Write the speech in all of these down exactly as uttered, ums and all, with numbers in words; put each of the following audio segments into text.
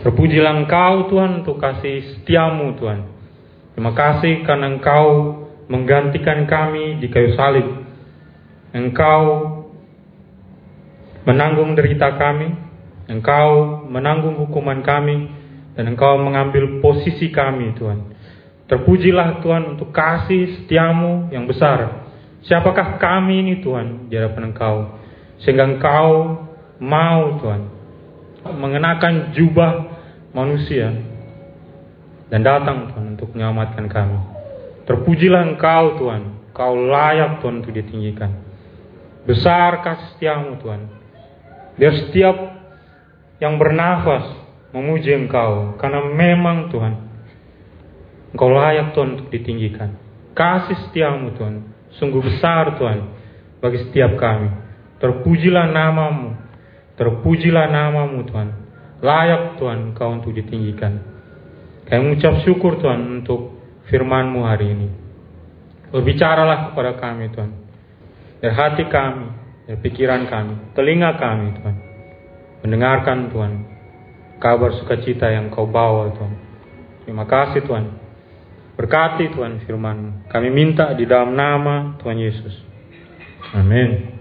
Terpujilah Engkau Tuhan untuk kasih setiamu Tuhan. Terima kasih karena Engkau menggantikan kami di kayu salib. Engkau menanggung derita kami, Engkau menanggung hukuman kami, dan Engkau mengambil posisi kami Tuhan. Terpujilah Tuhan untuk kasih setiamu yang besar. Siapakah kami ini Tuhan di hadapan Engkau, sehingga Engkau mau Tuhan mengenakan jubah manusia dan datang Tuhan untuk menyelamatkan kami. Terpujilah Engkau Tuhan, Engkau layak Tuhan untuk ditinggikan. Besar kasih setiamu Tuhan. Biar setiap yang bernafas memuji Engkau, karena memang Tuhan Engkau layak Tuhan untuk ditinggikan. Kasih setiamu Tuhan sungguh besar Tuhan bagi setiap kami. Terpujilah namamu, terpujilah namamu Tuhan. Layak Tuhan Engkau untuk ditinggikan. Kami mengucap syukur Tuhan untuk firman-Mu hari ini. Berbicaralah kepada kami Tuhan, dari hati kami, dari pikiran kami, telinga kami Tuhan, mendengarkan Tuhan kabar sukacita yang Kau bawa Tuhan. Terima kasih Tuhan. Berkati Tuhan firman-Mu. Kami minta di dalam nama Tuhan Yesus. Amin.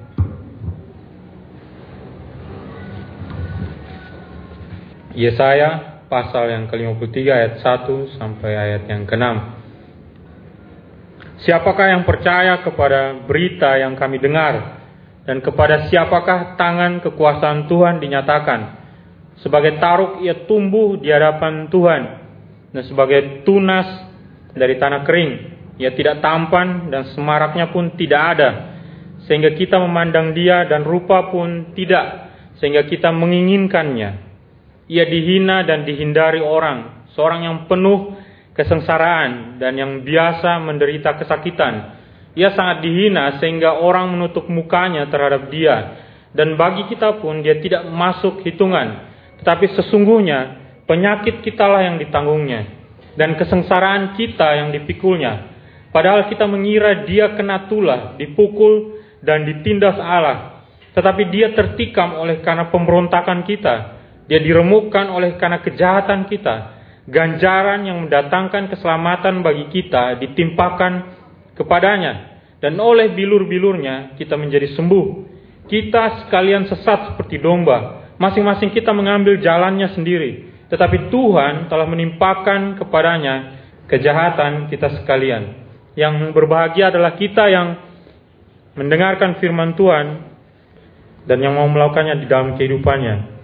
Yesaya pasal yang ke lima puluh tiga ayat satu sampai ayat yang ke enam. Siapakah yang percaya kepada berita yang kami dengar, dan kepada siapakah tangan kekuasaan Tuhan dinyatakan? Sebagai taruk ia tumbuh di hadapan Tuhan, dan sebagai tunas dari tanah kering. Ia tidak tampan dan semaraknya pun tidak ada, sehingga kita memandang dia, dan rupa pun tidak, sehingga kita menginginkannya. Ia dihina dan dihindari orang, seorang yang penuh kesengsaraan dan yang biasa menderita kesakitan. Ia sangat dihina sehingga orang menutup mukanya terhadap dia, dan bagi kita pun dia tidak masuk hitungan. Tetapi sesungguhnya penyakit kitalah yang ditanggungnya, dan kesengsaraan kita yang dipikulnya. Padahal kita mengira dia kena tulah, dipukul dan ditindas Allah. Tetapi dia tertikam oleh karena pemberontakan kita. Dia diremukkan oleh karena kejahatan kita. Ganjaran yang mendatangkan keselamatan bagi kita ditimpakan kepadanya, dan oleh bilur-bilurnya kita menjadi sembuh. Kita sekalian sesat seperti domba, masing-masing kita mengambil jalannya sendiri. Tetapi Tuhan telah menimpakan kepadanya kejahatan kita sekalian. Yang berbahagia adalah kita yang mendengarkan firman Tuhan dan yang mau melakukannya di dalam kehidupannya.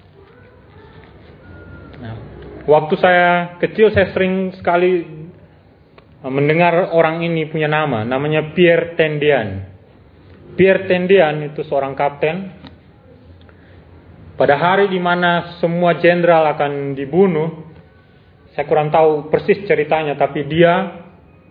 Waktu saya kecil, saya sering sekali mendengar orang ini punya nama. Namanya Pierre Tendian. Pierre Tendian itu seorang kapten. Pada hari di mana semua jenderal akan dibunuh, saya kurang tahu persis ceritanya, tapi dia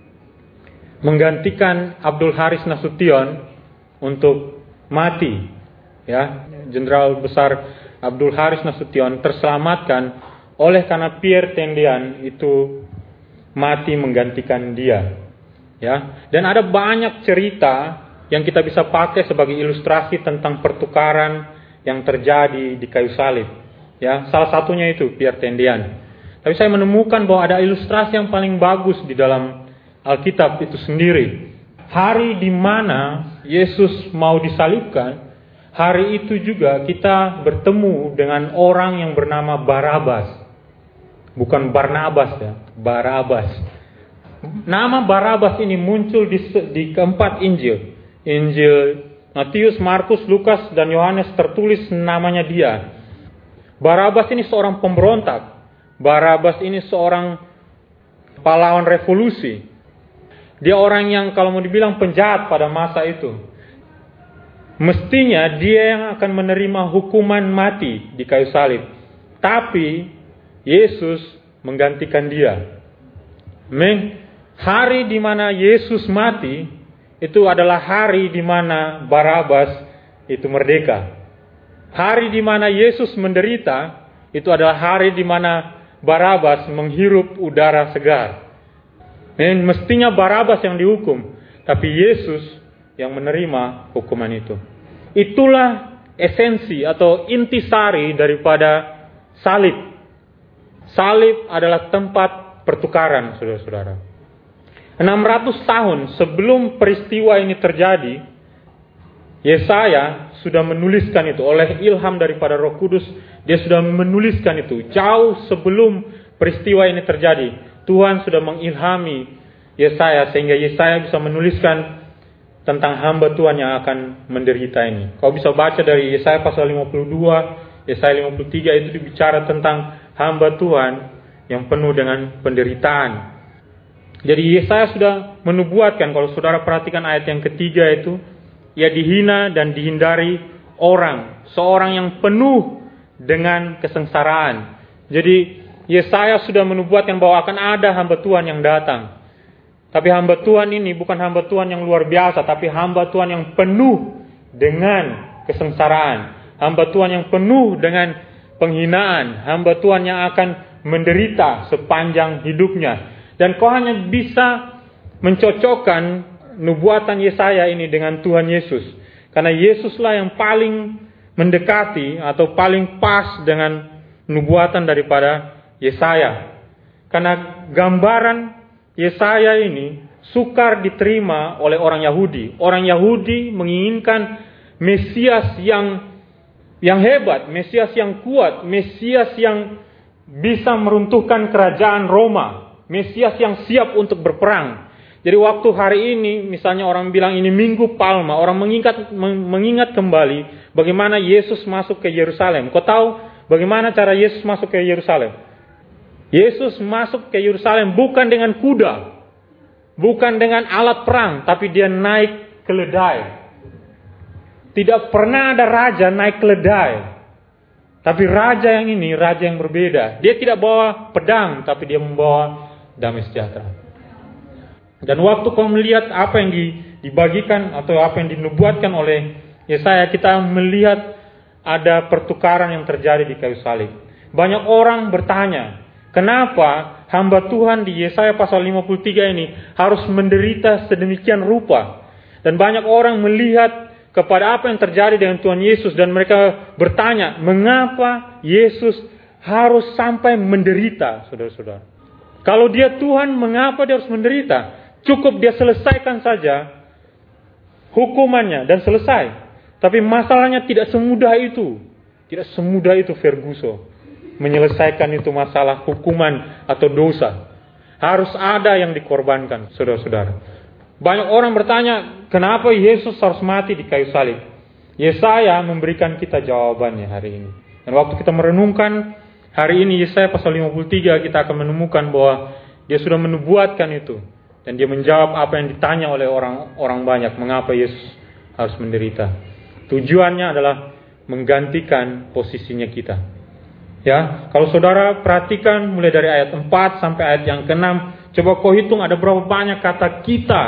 menggantikan Abdul Haris Nasution untuk mati. Ya, Jenderal besar Abdul Haris Nasution terselamatkan oleh karena Pierre Tendian itu mati menggantikan dia. Ya, dan ada banyak cerita yang kita bisa pakai sebagai ilustrasi tentang pertukaran yang terjadi di kayu salib. Ya, salah satunya itu Pierre Tendian. Tapi saya menemukan bahwa ada ilustrasi yang paling bagus di dalam Alkitab itu sendiri. Hari di mana Yesus mau disalibkan, hari itu juga kita bertemu dengan orang yang bernama Barabas. Bukan Barnabas ya, Barabas. Nama Barabas ini muncul di, di keempat Injil. Injil Matius, Markus, Lukas, dan Yohanes tertulis namanya dia. Barabas ini seorang pemberontak. Barabas ini seorang pahlawan revolusi. Dia orang yang kalau mau dibilang penjahat pada masa itu. Mestinya dia yang akan menerima hukuman mati di kayu salib. Tapi Yesus menggantikan dia. Amin. Hari di mana Yesus mati itu adalah hari di mana Barabas itu merdeka. Hari di mana Yesus menderita itu adalah hari di mana Barabas menghirup udara segar. Amin. Mestinya Barabas yang dihukum, tapi Yesus yang menerima hukuman itu. Itulah esensi atau intisari daripada salib. salib adalah tempat pertukaran, saudara-saudara. enam ratus tahun sebelum peristiwa ini terjadi, Yesaya sudah menuliskan itu oleh ilham daripada Roh Kudus. Dia sudah menuliskan itu jauh sebelum peristiwa ini terjadi. Tuhan sudah mengilhami Yesaya sehingga Yesaya bisa menuliskan tentang hamba Tuhan yang akan menderita ini. Kau bisa baca dari Yesaya pasal lima puluh dua, Yesaya lima puluh tiga, itu dibicara tentang hamba Tuhan yang penuh dengan penderitaan. Jadi Yesaya sudah menubuatkan, kalau saudara perhatikan ayat yang ketiga itu, ia dihina dan dihindari orang, seorang yang penuh dengan kesengsaraan. Jadi Yesaya sudah menubuatkan bahwa akan ada hamba Tuhan yang datang. Tapi hamba Tuhan ini bukan hamba Tuhan yang luar biasa, tapi hamba Tuhan yang penuh dengan kesengsaraan. Hamba Tuhan yang penuh dengan penghinaan. Hamba Tuhan yang akan menderita sepanjang hidupnya. Dan kau hanya bisa mencocokkan nubuatan Yesaya ini dengan Tuhan Yesus. Karena Yesuslah yang paling mendekati atau paling pas dengan nubuatan daripada Yesaya. Karena gambaran Yesaya ini sukar diterima oleh orang Yahudi. Orang Yahudi menginginkan Mesias yang yang hebat, Mesias yang kuat, Mesias yang bisa meruntuhkan kerajaan Roma, Mesias yang siap untuk berperang. Jadi waktu hari ini misalnya orang bilang ini Minggu Palma, orang mengingat mengingat kembali bagaimana Yesus masuk ke Yerusalem. Kau tahu bagaimana cara Yesus masuk ke Yerusalem? Yesus masuk ke Yerusalem bukan dengan kuda, bukan dengan alat perang, tapi dia naik keledai. Tidak pernah ada raja naik keledai. Tapi raja yang ini, raja yang berbeda. Dia tidak bawa pedang, tapi dia membawa damai sejahtera. Dan waktu kau melihat apa yang dibagikan atau apa yang dinubuatkan oleh Yesaya, kita melihat ada pertukaran yang terjadi di kayu salib. Banyak orang bertanya, kenapa hamba Tuhan di Yesaya pasal lima puluh tiga ini harus menderita sedemikian rupa? Dan banyak orang melihat kepada apa yang terjadi dengan Tuhan Yesus dan mereka bertanya, mengapa Yesus harus sampai menderita, saudara-saudara? Kalau dia Tuhan, mengapa dia harus menderita? Cukup dia selesaikan saja hukumannya dan selesai. Tapi masalahnya tidak semudah itu. Tidak semudah itu Ferguson menyelesaikan itu masalah hukuman atau dosa. Harus ada yang dikorbankan, saudara-saudara. Banyak orang bertanya, kenapa Yesus harus mati di kayu salib? Yesaya memberikan kita jawabannya hari ini. Dan waktu kita merenungkan hari ini Yesaya pasal lima puluh tiga, kita akan menemukan bahwa dia sudah menubuatkan itu. Dan dia menjawab apa yang ditanya oleh orang-orang banyak, mengapa Yesus harus menderita. Tujuannya adalah menggantikan posisinya kita. Ya, kalau saudara perhatikan mulai dari ayat empat sampai ayat yang keenam, coba kau hitung ada berapa banyak kata kita.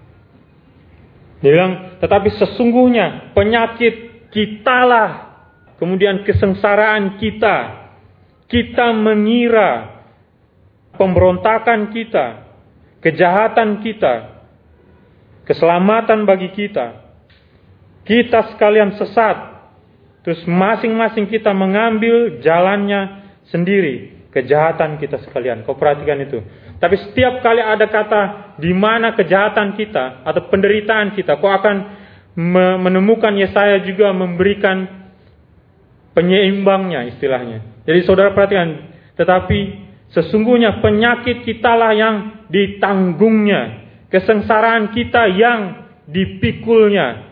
Dia bilang, tetapi sesungguhnya penyakit kitalah, kemudian kesengsaraan kita, kita mengira, pemberontakan kita, kejahatan kita, keselamatan bagi kita. Kita sekalian sesat. Terus masing-masing kita mengambil jalannya sendiri. Kejahatan kita sekalian. Kau perhatikan itu. Tapi setiap kali ada kata di mana kejahatan kita atau penderitaan kita, kau akan menemukan Yesaya juga memberikan penyeimbangnya istilahnya. Jadi saudara perhatikan. Tetapi sesungguhnya penyakit kitalah yang ditanggungnya. Kesengsaraan kita yang dipikulnya.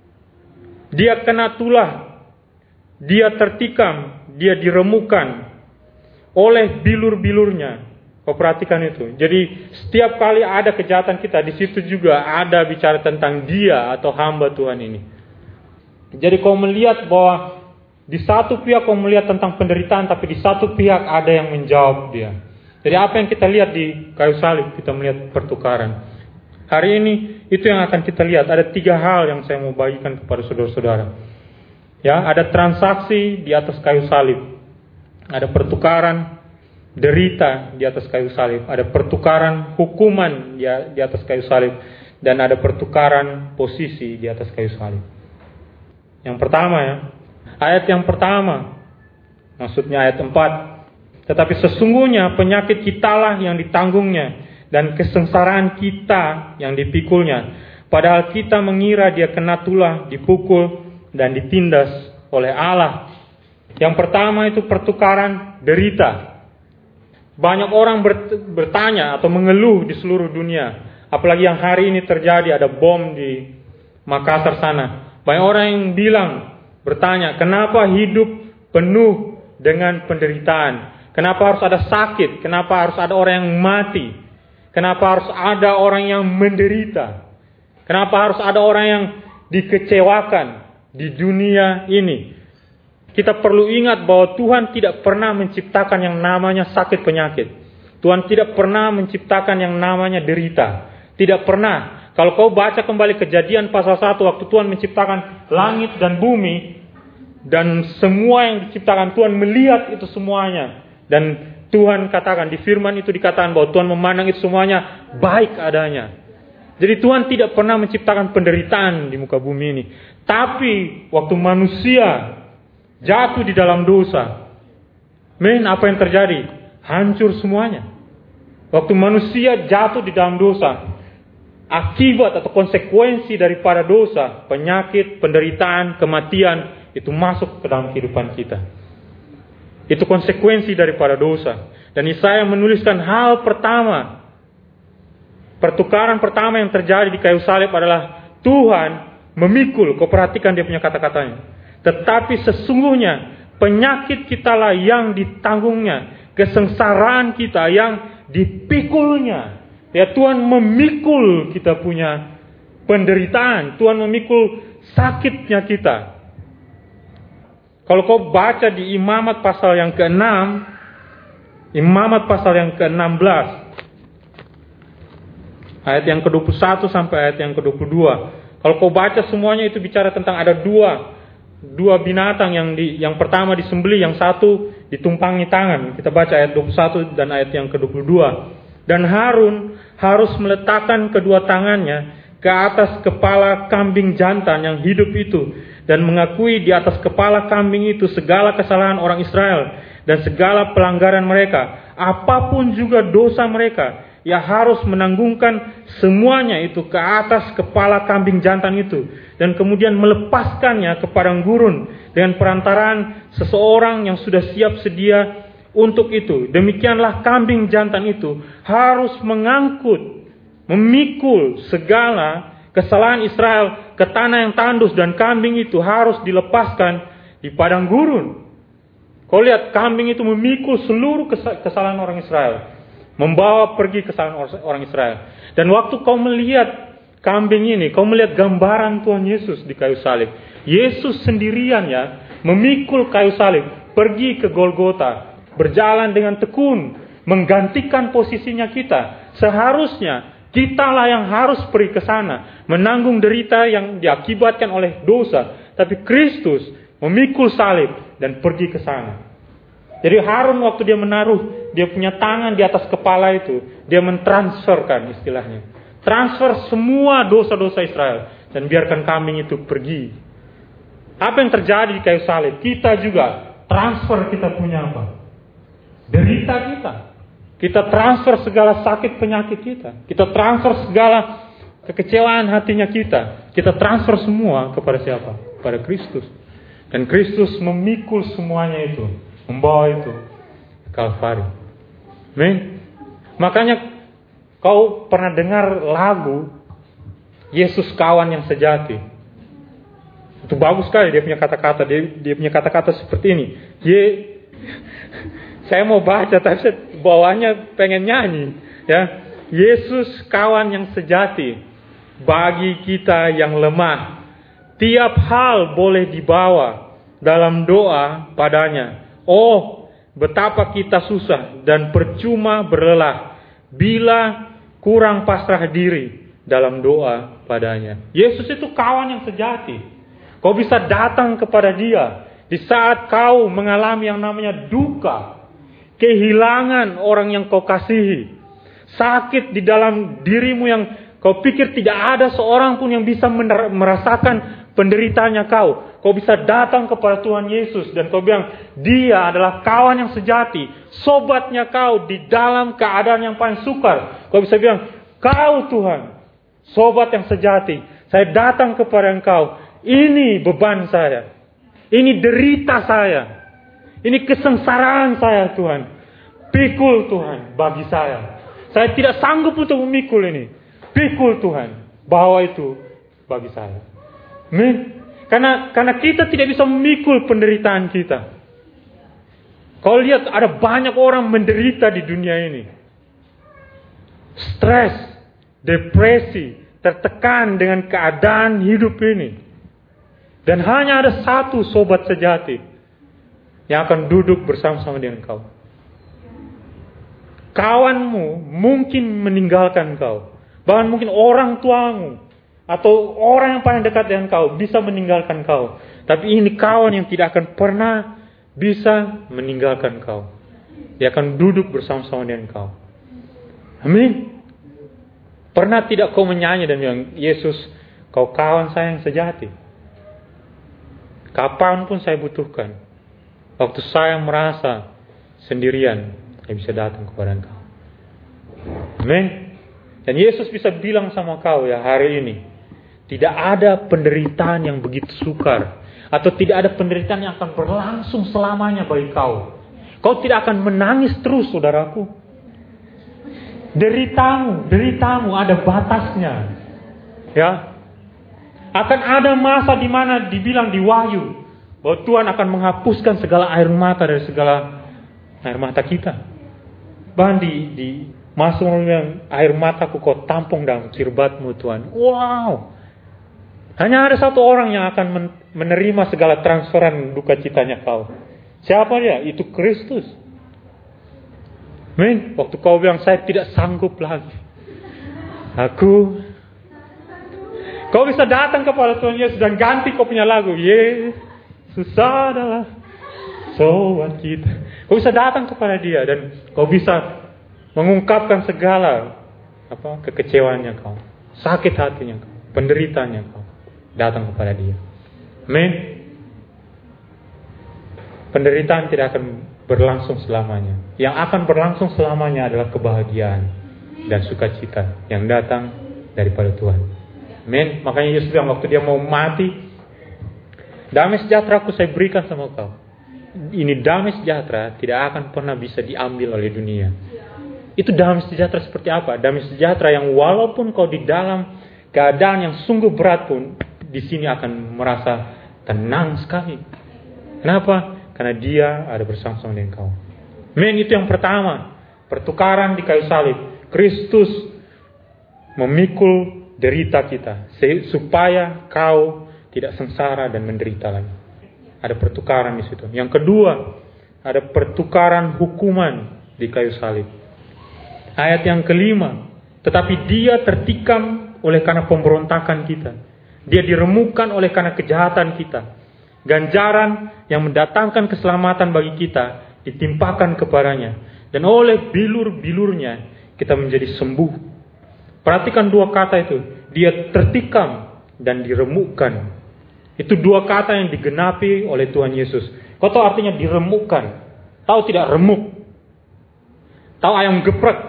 Dia kena tulah. Dia tertikam. Dia diremukan oleh bilur-bilurnya. Kau perhatikan itu. Jadi setiap kali ada kejahatan kita, di situ juga ada bicara tentang dia atau hamba Tuhan ini. Jadi kau melihat bahwa di satu pihak kau melihat tentang penderitaan, tapi di satu pihak ada yang menjawab dia. Jadi apa yang kita lihat di kayu salib, kita melihat pertukaran. Hari ini itu yang akan kita lihat. Ada tiga hal yang saya mau bagikan kepada saudara-saudara. Ya, ada transaksi di atas kayu salib. Ada pertukaran derita di atas kayu salib. Ada pertukaran hukuman di, di atas kayu salib. Dan ada pertukaran posisi di atas kayu salib. Yang pertama ya. Ayat yang pertama. Maksudnya ayat empat. Tetapi sesungguhnya penyakit kitalah yang ditanggungnya, dan kesengsaraan kita yang dipikulnya. Padahal kita mengira dia kena tulah, dipukul, dan ditindas oleh Allah. Yang pertama itu pertukaran derita. Banyak orang bertanya atau mengeluh di seluruh dunia. Apalagi yang hari ini terjadi, ada bom di Makassar sana. Banyak orang yang bilang, bertanya, kenapa hidup penuh dengan penderitaan? Kenapa harus ada sakit? Kenapa harus ada orang yang mati? Kenapa harus ada orang yang menderita? Kenapa harus ada orang yang dikecewakan di dunia ini? Kita perlu ingat bahwa Tuhan tidak pernah menciptakan yang namanya sakit penyakit. Tuhan tidak pernah menciptakan yang namanya derita. Tidak pernah. Kalau kau baca kembali Kejadian pasal satu, waktu Tuhan menciptakan langit dan bumi, dan semua yang diciptakan, Tuhan melihat itu semuanya. Dan Tuhan katakan, di firman itu dikatakan bahwa Tuhan memandang itu semuanya baik adanya. Jadi Tuhan tidak pernah menciptakan penderitaan di muka bumi ini. Tapi waktu manusia jatuh di dalam dosa, men, apa yang terjadi? Hancur semuanya. Waktu manusia jatuh di dalam dosa, akibat atau konsekuensi daripada dosa, penyakit, penderitaan, kematian, itu masuk ke dalam kehidupan kita. Itu konsekuensi daripada dosa. Dan Yesaya menuliskan hal pertama, pertukaran pertama yang terjadi di kayu salib adalah Tuhan memikul. Kau perhatikan dia punya kata-katanya. Tetapi sesungguhnya penyakit kitalah yang ditanggungnya, kesengsaraan kita yang dipikulnya. Ya, Tuhan memikul kita punya penderitaan. Tuhan memikul sakitnya kita. Kalau kau baca di Imamat pasal yang keenam, Imamat pasal yang keenam belas, ayat yang ke dua puluh satu sampai ayat yang ke dua puluh dua. Kalau kau baca semuanya itu bicara tentang ada dua dua binatang yang di, yang pertama disembelih, yang satu ditumpangi tangan. Kita baca ayat dua puluh satu dan ayat yang ke dua puluh dua. Dan Harun harus meletakkan kedua tangannya ke atas kepala kambing jantan yang hidup itu, dan mengakui di atas kepala kambing itu segala kesalahan orang Israel dan segala pelanggaran mereka, apapun juga dosa mereka. Ia harus menanggungkan semuanya itu ke atas kepala kambing jantan itu, dan kemudian melepaskannya ke padang gurun dengan perantaraan seseorang yang sudah siap sedia untuk itu. Demikianlah kambing jantan itu harus mengangkut, memikul segala kesalahan Israel ke tanah yang tandus, dan kambing itu harus dilepaskan di padang gurun. Kau lihat, kambing itu memikul seluruh kesalahan orang Israel, membawa pergi kesalahan orang Israel. Dan waktu kau melihat kambing ini, kau melihat gambaran Tuhan Yesus di kayu salib. Yesus sendirian ya, memikul kayu salib, pergi ke Golgota, berjalan dengan tekun, menggantikan posisinya kita. Seharusnya kitalah yang harus pergi ke sana, menanggung derita yang diakibatkan oleh dosa. Tapi Kristus memikul salib dan pergi ke sana. Jadi Harun waktu dia menaruh dia punya tangan di atas kepala itu, dia mentransferkan istilahnya. Transfer semua dosa-dosa Israel dan biarkan kambing itu pergi. Apa yang terjadi di kayu salib? Kita juga transfer kita punya apa? Derita kita. Kita transfer segala sakit penyakit kita. Kita transfer segala kekecewaan hatinya kita. Kita transfer semua kepada siapa? Kepada Kristus. Dan Kristus memikul semuanya itu, membawa itu ke Kalvari. Amin. Makanya kau pernah dengar lagu Yesus Kawan yang Sejati? Itu bagus sekali dia punya kata-kata. Dia, dia punya kata-kata seperti ini. Ye, saya mau baca tapi saya bawahnya pengen nyanyi. Ya, Yesus kawan yang sejati bagi kita yang lemah. Tiap hal boleh dibawa dalam doa padanya. Oh, betapa kita susah dan percuma berlelah bila kurang pasrah diri dalam doa padanya. Yesus itu kawan yang sejati. Kau bisa datang kepada dia di saat kau mengalami yang namanya duka, kehilangan orang yang kau kasihi, sakit di dalam dirimu yang kau pikir tidak ada seorang pun yang bisa merasakan penderitaannya kau. kau bisa datang kepada Tuhan Yesus dan kau bilang, dia adalah kawan yang sejati, sobatnya kau di dalam keadaan yang paling sukar. Kau bisa bilang, kau Tuhan, sobat yang sejati, saya datang kepada Engkau. Ini beban saya, ini derita saya, ini kesengsaraan saya Tuhan. Pikul Tuhan bagi saya. Saya tidak sanggup untuk memikul ini. Pikul Tuhan, bawa itu bagi saya. Amin. Karena karena kita tidak bisa memikul penderitaan kita. Kau lihat ada banyak orang menderita di dunia ini. Stres, depresi, tertekan dengan keadaan hidup ini. Dan hanya ada satu sobat sejati yang akan duduk bersama-sama dengan kau. Kawanmu mungkin meninggalkan kau. Bahkan mungkin orang tuamu atau orang yang paling dekat dengan kau bisa meninggalkan kau. Tapi ini kawan yang tidak akan pernah bisa meninggalkan kau. Dia akan duduk bersama-sama dengan kau. Amin. Pernah tidak kau menyanyi dan bilang, Yesus, kau kawan saya yang sejati. Kapanpun saya butuhkan. Waktu saya merasa sendirian, saya bisa datang kepada engkau. Amin. Dan Yesus bisa bilang sama kau ya hari ini, tidak ada penderitaan yang begitu sukar. Atau tidak ada penderitaan yang akan berlangsung selamanya bagi kau. Kau tidak akan menangis terus, saudaraku. Deritamu, deritamu ada batasnya. Ya. Akan ada masa di mana dibilang di Wahyu bahwa Tuhan akan menghapuskan segala air mata dari segala air mata kita. Bahkan di, di masa yang air mataku kau tampung dalam cirbatmu Tuhan. Wow. Hanya ada satu orang yang akan menerima segala transferan duka citanya kau. Siapa dia? Itu Kristus. Amin. Waktu kau bilang saya tidak sanggup lagi. Aku. Kau bisa datang kepada Tuhan Yesus dan ganti kau punya lagu. Yesus adalah sobat kita. Kau bisa datang kepada dia dan kau bisa mengungkapkan segala apa kekecewaannya kau, sakit hatinya kau, penderitaannya kau. Datang kepada dia. Amin. Penderitaan tidak akan berlangsung selamanya. Yang akan berlangsung selamanya adalah kebahagiaan dan sukacita yang datang daripada Tuhan. Amin. Makanya Yesus bilang waktu dia mau mati, damai sejahtera aku saya berikan sama kau. Ini damai sejahtera tidak akan pernah bisa diambil oleh dunia. Itu damai sejahtera seperti apa? Damai sejahtera yang walaupun kau di dalam keadaan yang sungguh berat pun, di sini akan merasa tenang sekali. Kenapa? Karena dia ada bersama-sama dengan kau. Men, itu yang pertama. Pertukaran di kayu salib. Kristus memikul derita kita. Supaya kau tidak sengsara dan menderita lagi. Ada pertukaran di situ. Yang kedua, ada pertukaran hukuman di kayu salib. Ayat yang kelima. Tetapi dia tertikam oleh karena pemberontakan kita. Dia diremukkan oleh karena kejahatan kita. Ganjaran yang mendatangkan keselamatan bagi kita ditimpakan kepadanya. Dan oleh bilur-bilurnya kita menjadi sembuh. Perhatikan dua kata itu. Dia tertikam dan diremukkan. Itu dua kata yang digenapi oleh Tuhan Yesus. Kau tahu artinya diremukkan? Tahu tidak remuk? Tahu ayam geprek?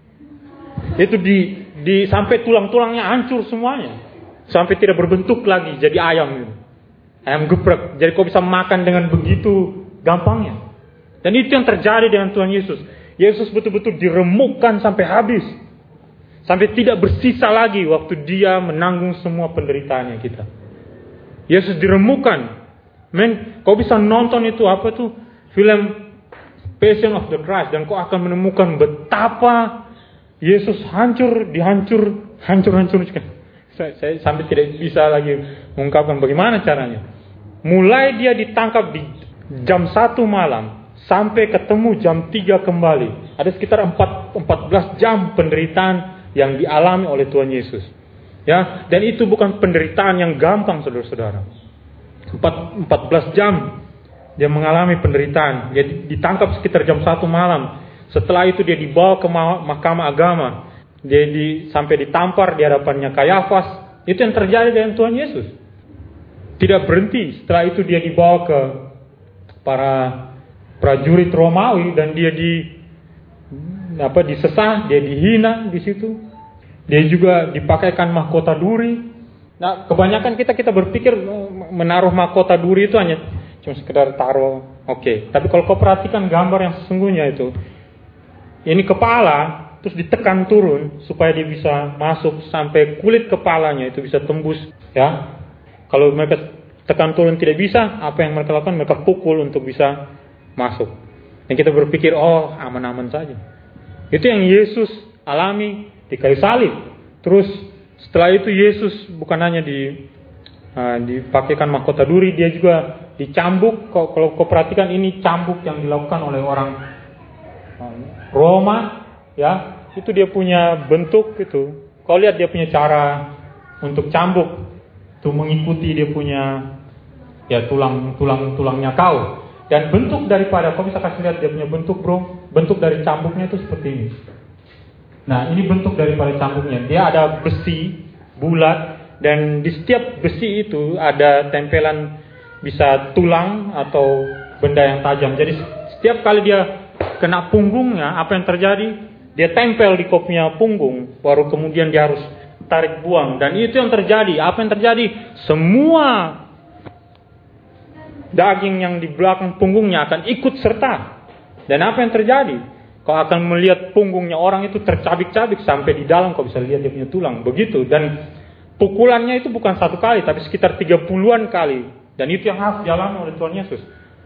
Itu di, di sampai tulang-tulangnya hancur semuanya. Sampai tidak berbentuk lagi jadi ayam. Ayam geprek. Jadi kau bisa makan dengan begitu gampangnya. Dan itu yang terjadi dengan Tuhan Yesus. Yesus betul-betul diremukkan sampai habis. Sampai tidak bersisa lagi waktu dia menanggung semua penderitaannya kita. Yesus diremukkan. Men, kau bisa nonton itu apa tuh? Film Passion of the Christ. Dan kau akan menemukan betapa Yesus hancur, dihancur, hancur-hancurkan. Saya, saya sampai tidak bisa lagi mengungkapkan bagaimana caranya. Mulai dia ditangkap di jam satu malam sampai ketemu jam tiga kembali. Ada sekitar empat belas jam penderitaan yang dialami oleh Tuhan Yesus. Ya, dan itu bukan penderitaan yang gampang, saudara-saudara. empat belas jam dia mengalami penderitaan. Dia ditangkap sekitar jam satu malam. Setelah itu dia dibawa ke mahkamah agama. Dia di, sampai ditampar di hadapannya Kayafas. Itu yang terjadi dengan Tuhan Yesus. tidak berhenti. Setelah itu dia dibawa ke para prajurit Romawi dan dia di apa disesah, dia dihina di situ. Dia juga dipakaikan mahkota duri. Nah, kebanyakan kita kita berpikir menaruh mahkota duri itu hanya cuma sekedar taruh, oke. Okay. Tapi kalau kau perhatikan gambar yang sesungguhnya itu, ini kepala terus ditekan turun supaya dia bisa masuk sampai kulit kepalanya itu bisa tembus, ya. Kalau mereka tekan turun tidak bisa, apa yang mereka lakukan? Mereka pukul untuk bisa masuk. Dan kita berpikir, oh aman-aman saja. Itu yang Yesus alami di kayu salib. Terus setelah itu Yesus bukan hanya di uh, dipakaikan mahkota duri, dia juga dicambuk. Kalau kau perhatikan ini cambuk yang dilakukan oleh orang Roma, ya. Itu dia punya bentuk itu. Kau lihat dia punya cara untuk cambuk, itu mengikuti dia punya ya tulang tulang tulangnya kau. Dan bentuk daripada, kau bisa kasih lihat dia punya bentuk, bro. Bentuk dari cambuknya itu seperti ini. Nah, ini bentuk daripada cambuknya. Dia ada besi bulat dan di setiap besi itu ada tempelan bisa tulang atau benda yang tajam. Jadi setiap kali dia kena punggungnya, apa yang terjadi? Dia tempel di kopnya punggung, baru kemudian dia harus tarik buang. Dan itu yang terjadi. Apa yang terjadi? Semua daging yang di belakang punggungnya akan ikut serta. Dan apa yang terjadi? Kau akan melihat punggungnya orang itu tercabik-cabik sampai di dalam, kau bisa lihat dia punya tulang. Begitu. Dan pukulannya itu bukan satu kali, tapi sekitar tiga puluhan kali. Dan itu yang harus dialami oleh Tuhan Yesus.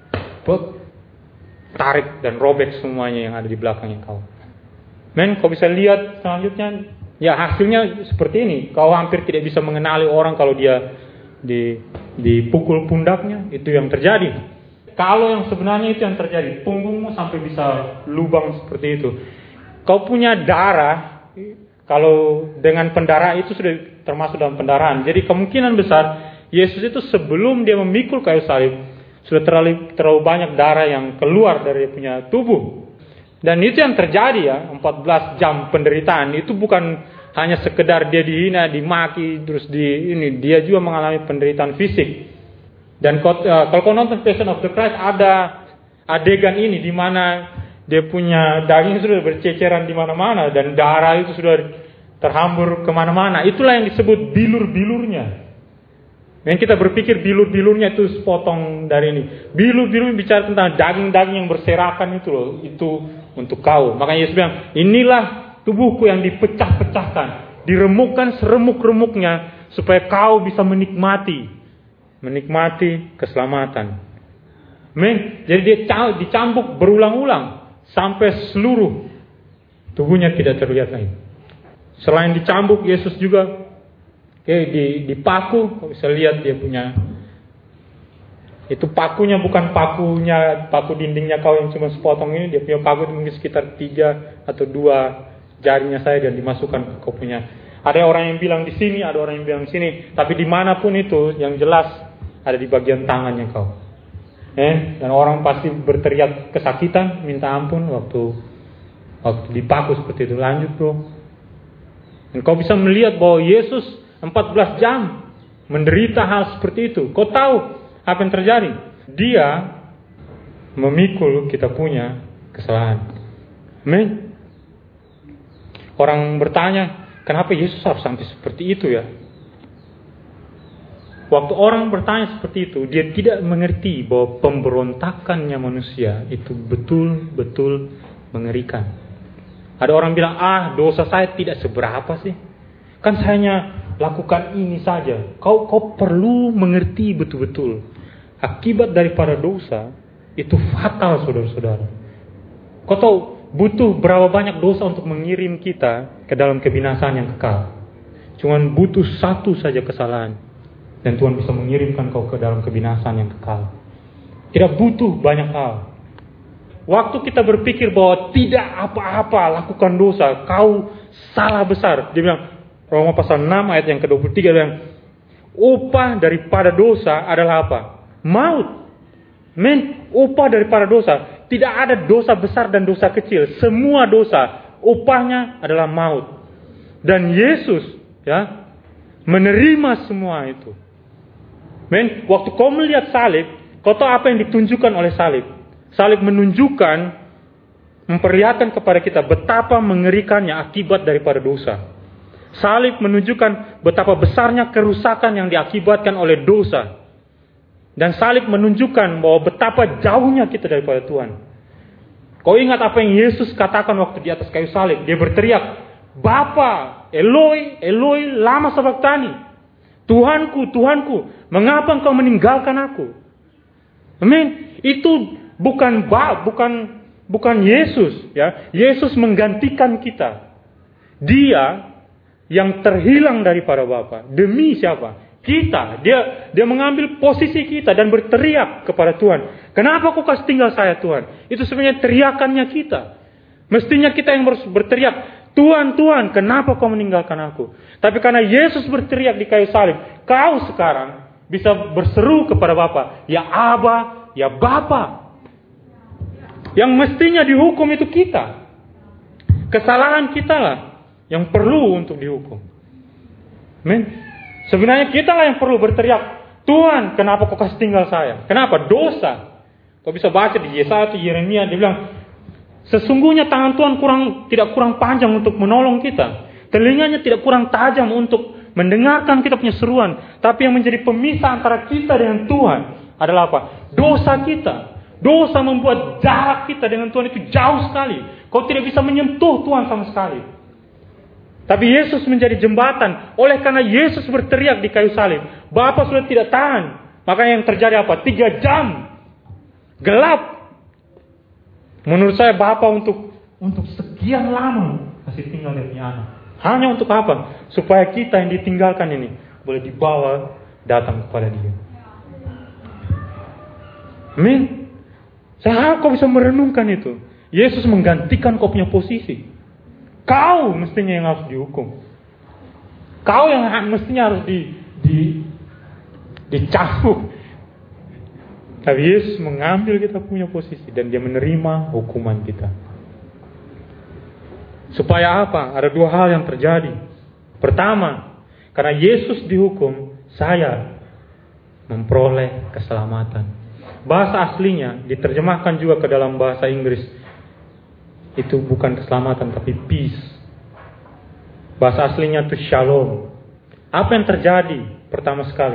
Tarik dan robek semuanya yang ada di belakangnya kau. Men, kau bisa lihat selanjutnya. Ya hasilnya seperti ini. Kau hampir tidak bisa mengenali orang kalau dia di dipukul pundaknya. Itu yang terjadi. Kalau yang sebenarnya itu yang terjadi, punggungmu sampai bisa lubang seperti itu. Kau punya darah, kalau dengan pendarahan itu sudah termasuk dalam pendarahan. Jadi kemungkinan besar Yesus itu sebelum dia memikul kayu salib sudah terlalu terlalu banyak darah yang keluar dari punya tubuh. Dan itu yang terjadi ya, empat belas jam penderitaan. Itu bukan hanya sekedar dia dihina, dimaki, terus di ini, dia juga mengalami penderitaan fisik. Dan uh, kalau kau nonton Passion of the Christ ada adegan ini di mana dia punya daging sudah berceceran di mana-mana dan darah itu sudah terhambur kemana-mana. Itulah yang disebut bilur-bilurnya. Dan kita berpikir bilur-bilurnya itu sepotong dari ini. Bilur-bilur bicara tentang daging-daging yang berserakan itu loh. Itu untuk kau. Makanya Yesus bilang, inilah tubuhku yang dipecah-pecahkan, diremukkan seremuk-remuknya supaya kau bisa menikmati. Menikmati keselamatan. Men, jadi dia dicambuk berulang-ulang sampai seluruh tubuhnya tidak terlihat lagi. Selain dicambuk, Yesus juga okay, dipaku. Kau bisa lihat dia punya itu pakunya bukan pakunya paku dindingnya kau yang cuma sepotong ini. Dia punya paku mungkin sekitar tiga atau dua jarinya saya dan dimasukkan ke kau punya. Ada orang yang bilang di sini, ada orang yang bilang di sini. Tapi dimanapun itu, yang jelas ada di bagian tangannya kau. Eh, dan orang pasti berteriak kesakitan, minta ampun waktu waktu dipaku seperti itu. Lanjut bro. Dan kau bisa melihat bahwa Yesus empat belas jam menderita hal seperti itu. Kau tahu apa yang terjadi? Dia memikul kita punya kesalahan. Amin. Orang bertanya, kenapa Yesus harus sampai seperti itu ya? Waktu orang bertanya seperti itu, dia tidak mengerti bahwa pemberontakannya manusia itu betul-betul mengerikan. Ada orang bilang, ah dosa saya tidak seberapa sih. Kan saya hanya lakukan ini saja. Kau, kau perlu mengerti betul-betul. Akibat daripada dosa, itu fatal saudara-saudara. Kau tahu, butuh berapa banyak dosa untuk mengirim kita ke dalam kebinasaan yang kekal. Cuman butuh satu saja kesalahan. Dan Tuhan bisa mengirimkan kau ke dalam kebinasaan yang kekal. Tidak butuh banyak hal. Waktu kita berpikir bahwa tidak apa-apa lakukan dosa, kau salah besar. Dia bilang, Roma pasal enam ayat yang ke dua puluh tiga bilang, upah daripada dosa adalah apa? Maut. Men, upah daripada dosa. Tidak ada dosa besar dan dosa kecil. Semua dosa, upahnya adalah maut. Dan Yesus ya menerima semua itu. Men, waktu kau melihat salib, kau tahu apa yang ditunjukkan oleh salib? Salib menunjukkan, memperlihatkan kepada kita betapa mengerikannya akibat daripada dosa. Salib menunjukkan betapa besarnya kerusakan yang diakibatkan oleh dosa. Dan salib menunjukkan bahwa betapa jauhnya kita daripada Tuhan. Kau ingat apa yang Yesus katakan waktu di atas kayu salib? Dia berteriak, Bapa, Eloi, Eloi, lama sabachthani. Tuhanku, Tuhanku, mengapa engkau meninggalkan aku? Amin. Itu bukan ba, bukan bukan Yesus, ya. Yesus menggantikan kita. Dia yang terhilang daripada Bapa. Demi siapa? Kita. Dia dia mengambil posisi kita dan berteriak kepada Tuhan. Kenapa kau kasih tinggal saya, Tuhan? Itu sebenarnya teriakannya kita. Mestinya kita yang berteriak, Tuhan, Tuhan, kenapa kau meninggalkan aku? Tapi karena Yesus berteriak di kayu salib, kau sekarang bisa berseru kepada Bapa, ya Aba, ya Bapa. Yang mestinya dihukum itu kita. Kesalahan kita lah yang perlu untuk dihukum. Amin. Sebenarnya kita lah yang perlu berteriak, Tuhan, kenapa kau kasih tinggal saya? Kenapa? Dosa. Kau bisa baca di Yesaya atau Yeremia, dia bilang, sesungguhnya tangan Tuhan kurang tidak kurang panjang untuk menolong kita. Telinganya tidak kurang tajam untuk mendengarkan kita punya seruan. Tapi yang menjadi pemisah antara kita dengan Tuhan adalah apa? Dosa kita. Dosa membuat jarak kita dengan Tuhan itu jauh sekali. Kau tidak bisa menyentuh Tuhan sama sekali. Tapi Yesus menjadi jembatan. Oleh karena Yesus berteriak di kayu salib, Bapa sudah tidak tahan. Makanya yang terjadi apa? Tiga jam gelap. Menurut saya Bapa untuk untuk sekian lama kasih tinggal dia punya anak. Hanya untuk apa? Supaya kita yang ditinggalkan ini boleh dibawa datang kepada Dia. Amin. Saya harap kau bisa merenungkan itu. Yesus menggantikan kau punya posisi. Kau mestinya yang harus dihukum. Kau yang mestinya harus di, di dicambuk. Tapi Yesus mengambil kita punya posisi dan Dia menerima hukuman kita. Supaya apa? Ada dua hal yang terjadi. Pertama, karena Yesus dihukum, saya memperoleh keselamatan. Bahasa aslinya diterjemahkan juga ke dalam bahasa Inggris. Itu bukan keselamatan tapi peace. Bahasa aslinya itu shalom. Apa yang terjadi pertama sekali?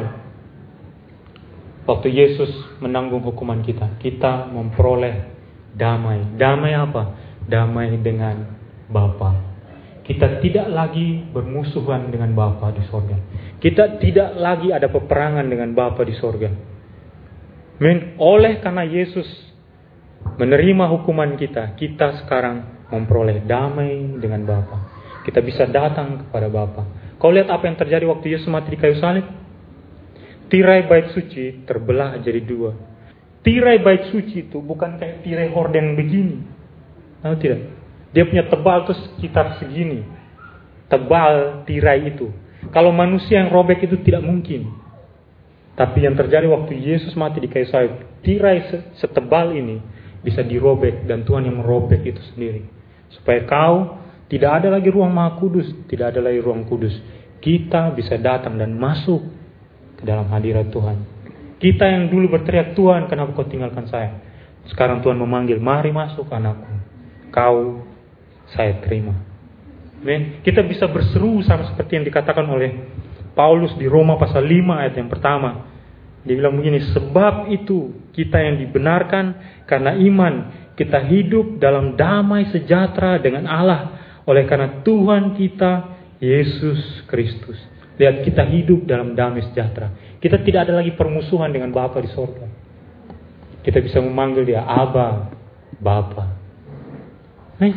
Waktu Yesus menanggung hukuman kita, kita memperoleh damai. Damai apa? Damai dengan Bapa. Kita tidak lagi bermusuhan dengan Bapa di sorga. Kita tidak lagi ada peperangan dengan Bapa di sorga. Men, oleh karena Yesus menerima hukuman kita, kita sekarang memperoleh damai dengan Bapa. Kita bisa datang kepada Bapa. Kau lihat apa yang terjadi waktu Yesus mati di kayu salib? Tirai bait suci terbelah jadi dua. Tirai bait suci itu bukan kayak tirai horden begini. Tahu tidak? Dia punya tebal itu sekitar segini. Tebal tirai itu. Kalau manusia yang robek itu tidak mungkin. Tapi yang terjadi waktu Yesus mati di kayu salib, tirai setebal ini bisa dirobek dan Tuhan yang merobek itu sendiri. Supaya kau tidak ada lagi ruang Maha Kudus, tidak ada lagi ruang kudus. Kita bisa datang dan masuk ke dalam hadirat Tuhan. Kita yang dulu berteriak, Tuhan, kenapa kau tinggalkan saya? Sekarang Tuhan memanggil, mari masuk anakku. Kau saya terima. Amen. Kita bisa berseru sama seperti yang dikatakan oleh Paulus di Roma pasal lima ayat yang pertama. Dia bilang begini, sebab itu kita yang dibenarkan karena iman, kita hidup dalam damai sejahtera dengan Allah oleh karena Tuhan kita Yesus Kristus. Lihat, kita hidup dalam damai sejahtera. Kita tidak ada lagi permusuhan dengan Bapa di sorga. Kita bisa memanggil Dia Aba, Bapa. Nih.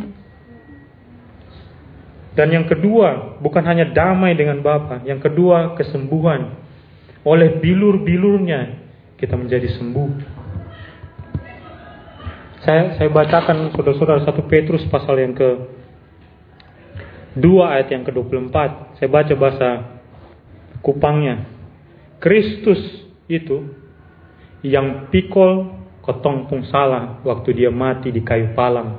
Dan yang kedua, bukan hanya damai dengan Bapa, yang kedua kesembuhan. Oleh bilur-bilurnya kita menjadi sembuh. Saya saya bacakan saudara-saudara satu Petrus pasal yang ke dua ayat yang ke dua puluh empat. Saya baca bahasa Kupangnya. Kristus itu yang pikul kotong pung salah waktu Dia mati di kayu palang.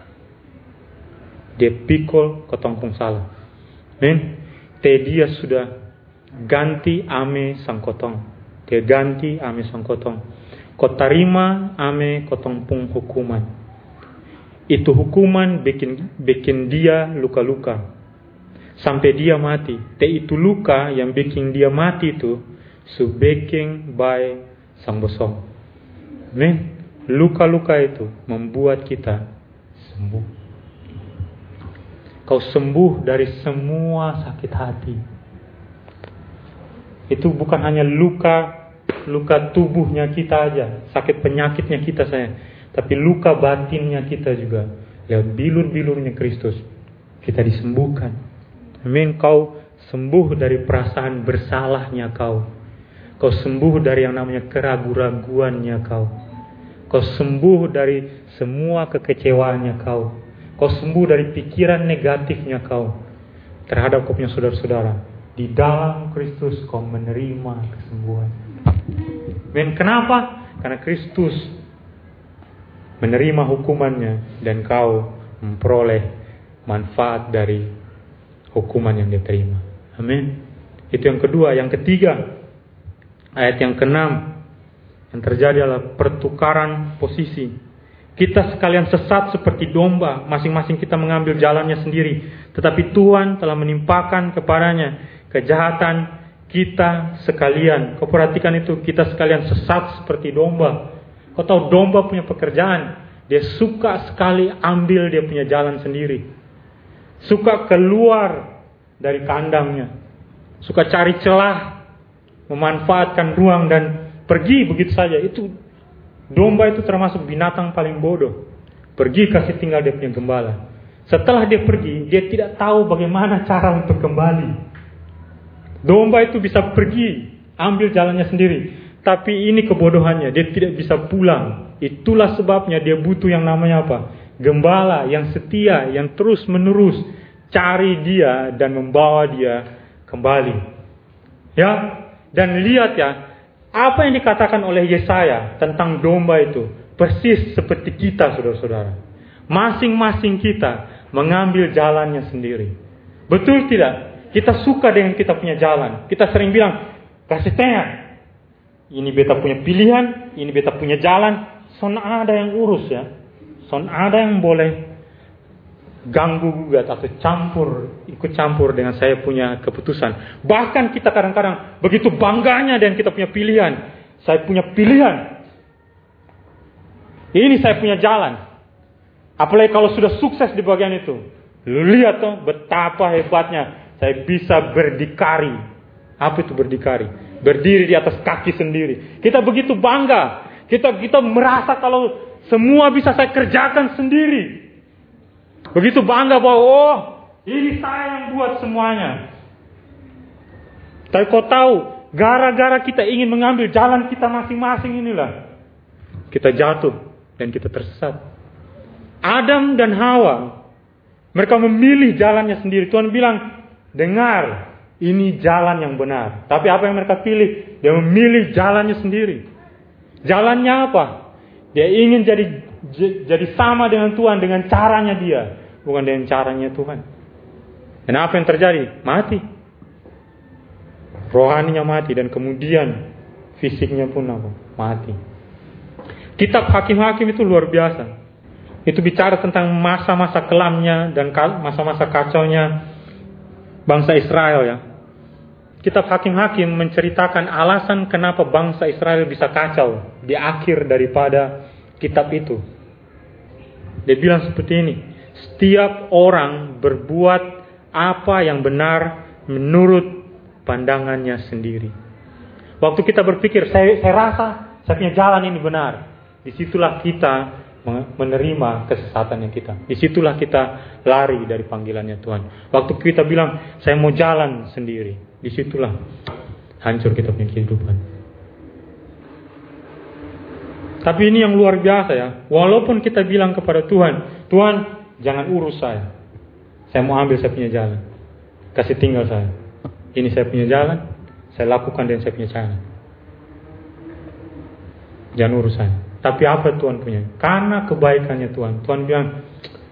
Dia pikul kotong pung salah. Men, te Dia sudah ganti ame sang kotong. ke ganti ame songkotong. Ko tarima ame kotong pung hukuman. Itu hukuman bikin bikin dia luka-luka sampai dia mati. Te itu luka yang bikin dia mati itu su bikin by sang bosong. Men, luka-luka itu membuat kita sembuh. Kau sembuh dari semua sakit hati. Itu bukan hanya luka luka tubuhnya kita aja, sakit penyakitnya kita saya, tapi luka batinnya kita juga. Lewat bilur-bilurnya Kristus kita disembuhkan. Amin. Kau sembuh dari perasaan bersalahnya kau. Kau sembuh dari yang namanya keraguan-raguannya kau. Kau sembuh dari semua kekecewaannya kau. Kau sembuh dari pikiran negatifnya kau terhadap kau punya saudara-saudara. Di dalam Kristus kau menerima kesembuhan. Dan kenapa? Karena Kristus menerima hukumannya dan kau memperoleh manfaat dari hukuman yang dia terima. Amin. Itu yang kedua. Yang ketiga, ayat yang keenam, yang terjadi adalah pertukaran posisi. Kita sekalian sesat seperti domba, masing-masing kita mengambil jalannya sendiri. Tetapi Tuhan telah menimpakan kepadanya kejahatan kita sekalian. Kau perhatikan itu, kita sekalian sesat seperti domba. Kau tahu domba punya pekerjaan, dia suka sekali ambil dia punya jalan sendiri. Suka keluar dari kandangnya. Suka cari celah, memanfaatkan ruang dan pergi begitu saja. Itu domba itu termasuk binatang paling bodoh. Pergi kasih tinggal dia punya gembala. Setelah dia pergi, dia tidak tahu bagaimana cara untuk kembali. Domba itu bisa pergi, ambil jalannya sendiri. Tapi ini kebodohannya, dia tidak bisa pulang. Itulah sebabnya dia butuh yang namanya apa? Gembala yang setia, yang terus menerus cari dia dan membawa dia kembali. Ya, dan lihat ya, apa yang dikatakan oleh Yesaya tentang domba itu persis seperti kita, saudara-saudara. Masing-masing kita mengambil jalannya sendiri. Betul tidak? Kita suka dengan kita punya jalan. Kita sering bilang, kasih tanya. Ini beta punya pilihan, ini beta punya jalan. Son ada yang urus ya. Son ada yang boleh ganggu gugat atau campur, ikut campur dengan saya punya keputusan. Bahkan kita kadang-kadang begitu bangganya dengan kita punya pilihan. Saya punya pilihan. Ini saya punya jalan. Apalagi kalau sudah sukses di bagian itu. Lu lihat tuh betapa hebatnya. Saya bisa berdikari. Apa itu berdikari? Berdiri di atas kaki sendiri. Kita begitu bangga. Kita kita merasa kalau semua bisa saya kerjakan sendiri. Begitu bangga bahwa oh, ini saya yang buat semuanya. Tapi kau tahu, gara-gara kita ingin mengambil jalan kita masing-masing inilah kita jatuh dan kita tersesat. Adam dan Hawa, mereka memilih jalannya sendiri. Tuhan bilang, dengar, ini jalan yang benar. Tapi apa yang mereka pilih? Dia memilih jalannya sendiri. Jalannya apa? Dia ingin jadi jadi sama dengan Tuhan dengan caranya dia, bukan dengan caranya Tuhan. Dan apa yang terjadi? Mati. Rohaninya mati dan kemudian fisiknya pun apa? Mati. Kitab Hakim-Hakim itu luar biasa. Itu bicara tentang masa-masa kelamnya dan masa-masa kacaunya bangsa Israel ya. Kitab Hakim-Hakim menceritakan alasan kenapa bangsa Israel bisa kacau di akhir daripada kitab itu. Dia bilang seperti ini, setiap orang berbuat apa yang benar menurut pandangannya sendiri. Waktu kita berpikir, saya, saya rasa saya punya jalan ini benar, disitulah kita menerima kesesatan yang kita. Disitulah kita lari dari panggilannya Tuhan. Waktu kita bilang, saya mau jalan sendiri, disitulah hancur kita punya kehidupan. Tapi ini yang luar biasa ya. Walaupun kita bilang kepada Tuhan, Tuhan jangan urus saya. Saya mau ambil saya punya jalan. Kasih tinggal saya. Ini saya punya jalan, saya lakukan dan saya punya cara. Jangan urus saya. Tapi apa Tuhan punya? Karena kebaikannya Tuhan. Tuhan bilang,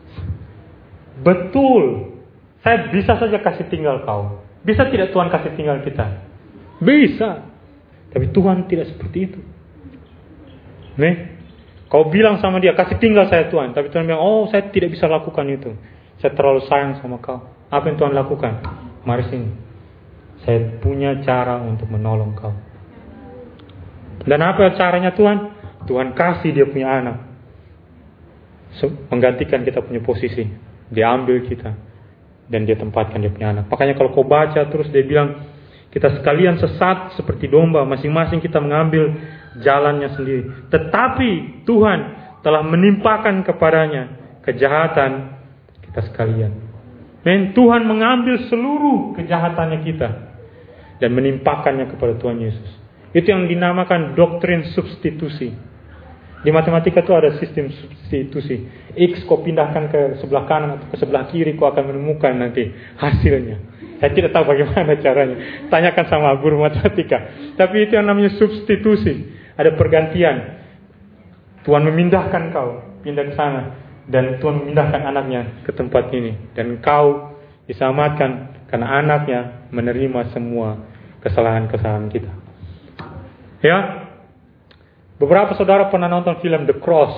betul, saya bisa saja kasih tinggal kau. Bisa tidak Tuhan kasih tinggal kita? Bisa. Tapi Tuhan tidak seperti itu. Nih, kau bilang sama dia, kasih tinggal saya Tuhan. Tapi Tuhan bilang, oh saya tidak bisa lakukan itu. Saya terlalu sayang sama kau. Apa yang Tuhan lakukan? Mari sini. Saya punya cara untuk menolong kau. Dan apa caranya Tuhan? Tuhan kasih dia punya anak. Menggantikan kita punya posisi. Dia ambil kita. Dan dia tempatkan dia punya anak. Makanya kalau kau baca terus dia bilang, kita sekalian sesat seperti domba. Masing-masing kita mengambil jalannya sendiri. Tetapi Tuhan telah menimpakan kepadanya kejahatan kita sekalian. Dan Tuhan mengambil seluruh kejahatannya kita dan menimpakannya kepada Tuhan Yesus. Itu yang dinamakan doktrin substitusi. Di matematika itu ada sistem substitusi. X kau pindahkan ke sebelah kanan atau ke sebelah kiri, kau akan menemukan nanti hasilnya. Saya tidak tahu bagaimana caranya. Tanyakan sama guru matematika. Tapi itu yang namanya substitusi. Ada pergantian. Tuhan memindahkan kau, pindah ke sana. Dan Tuhan memindahkan anaknya ke tempat ini. Dan kau diselamatkan karena anaknya menerima semua kesalahan-kesalahan kita. Ya, beberapa saudara pernah nonton film The Cross.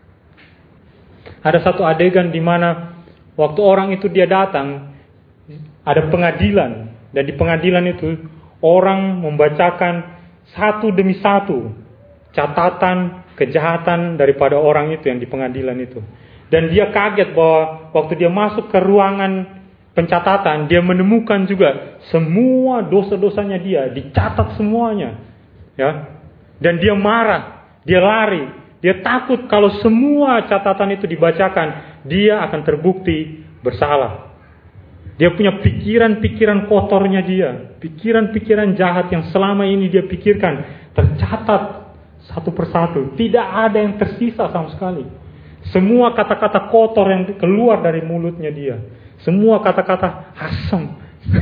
Ada satu adegan di mana waktu orang itu dia datang, ada pengadilan. Dan di pengadilan itu orang membacakan satu demi satu catatan kejahatan daripada orang itu yang di pengadilan itu. Dan dia kaget bahwa waktu dia masuk ke ruangan pencatatan, dia menemukan juga semua dosa-dosanya dia, dicatat semuanya. Ya. Dan dia marah, dia lari, dia takut kalau semua catatan itu dibacakan, dia akan terbukti bersalah. Dia punya pikiran-pikiran kotornya dia, pikiran-pikiran jahat yang selama ini dia pikirkan, tercatat satu persatu, tidak ada yang tersisa sama sekali. Semua kata-kata kotor yang keluar dari mulutnya dia, semua kata-kata asam,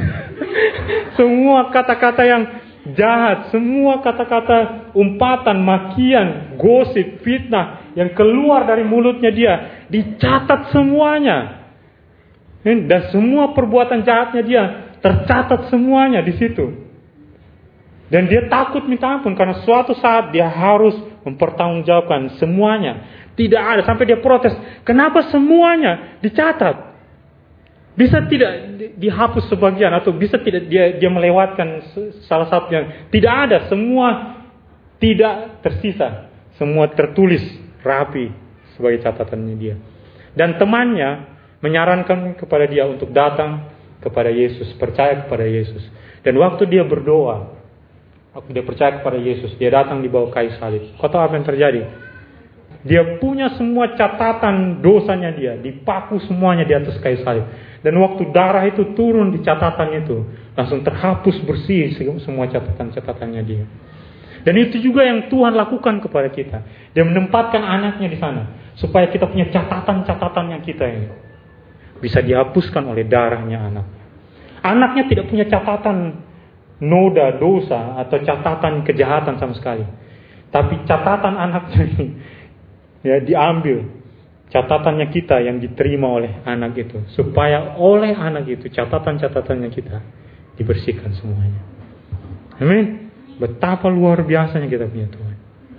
semua kata-kata yang jahat, semua kata-kata umpatan, makian, gosip, fitnah yang keluar dari mulutnya dia, dicatat semuanya. Dan semua perbuatan jahatnya dia tercatat semuanya di situ. Dan dia takut minta ampun karena suatu saat dia harus mempertanggungjawabkan semuanya. Tidak ada, sampai dia protes, kenapa semuanya dicatat? Bisa tidak dihapus sebagian atau bisa tidak dia dia melewatkan salah satunya? Tidak ada, semua tidak tersisa, semua tertulis rapi sebagai catatannya dia. Dan temannya menyarankan kepada dia untuk datang kepada Yesus, percaya kepada Yesus. Dan waktu dia berdoa, waktu dia percaya kepada Yesus, dia datang di bawah kayu salib. Kau tahu apa yang terjadi? Dia punya semua catatan dosanya dia, dipaku semuanya di atas kayu salib. Dan waktu darah itu turun di catatan itu, langsung terhapus bersih semua catatan-catatannya dia. Dan itu juga yang Tuhan lakukan kepada kita. Dia menempatkan anaknya di sana, supaya kita punya catatan-catatannya kita ini bisa dihapuskan oleh darahnya anak. Anaknya tidak punya catatan noda, dosa, atau catatan kejahatan sama sekali. Tapi catatan anaknya ini ya diambil, catatannya kita yang diterima oleh anak itu, supaya oleh anak itu catatan-catatannya kita dibersihkan semuanya. Amin. Betapa luar biasanya kita punya Tuhan.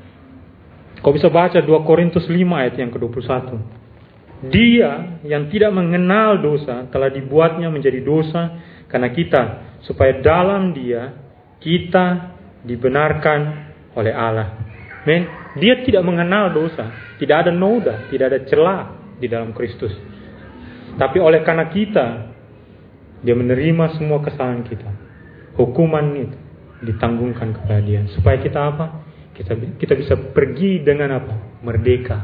Kau bisa baca dua Korintus lima ayat yang ke dua puluh satu. Dia yang tidak mengenal dosa telah dibuatnya menjadi dosa karena kita, supaya dalam dia kita dibenarkan oleh Allah. Amin. Dia tidak mengenal dosa, tidak ada noda, tidak ada celah di dalam Kristus. Tapi oleh karena kita, dia menerima semua kesalahan kita. Hukuman itu ditanggungkan kepada dia, supaya kita apa? Kita kita bisa pergi dengan apa? Merdeka.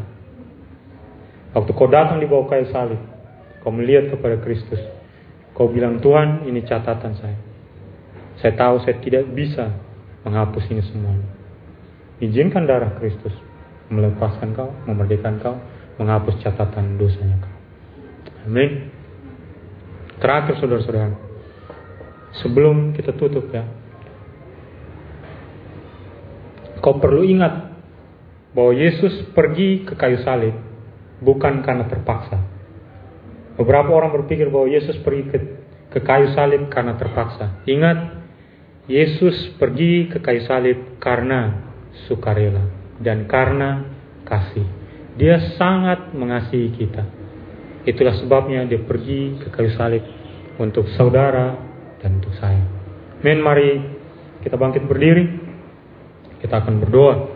Waktu kau datang di bawah kayu salib, kau melihat kepada Kristus, kau bilang, Tuhan, ini catatan saya. Saya tahu saya tidak bisa menghapus ini semuanya. Izinkan darah Kristus melepaskan kau, memerdekakan kau, menghapus catatan dosanya kau. Amin. Terakhir saudara-saudara, sebelum kita tutup ya, kau perlu ingat bahwa Yesus pergi ke kayu salib bukan karena terpaksa. Beberapa orang berpikir bahwa Yesus pergi ke, ke kayu salib karena terpaksa. Ingat, Yesus pergi ke kayu salib karena sukarela dan karena kasih. Dia sangat mengasihi kita. Itulah sebabnya dia pergi ke kayu salib untuk saudara dan untuk saya. Men, mari kita bangkit berdiri. Kita akan berdoa.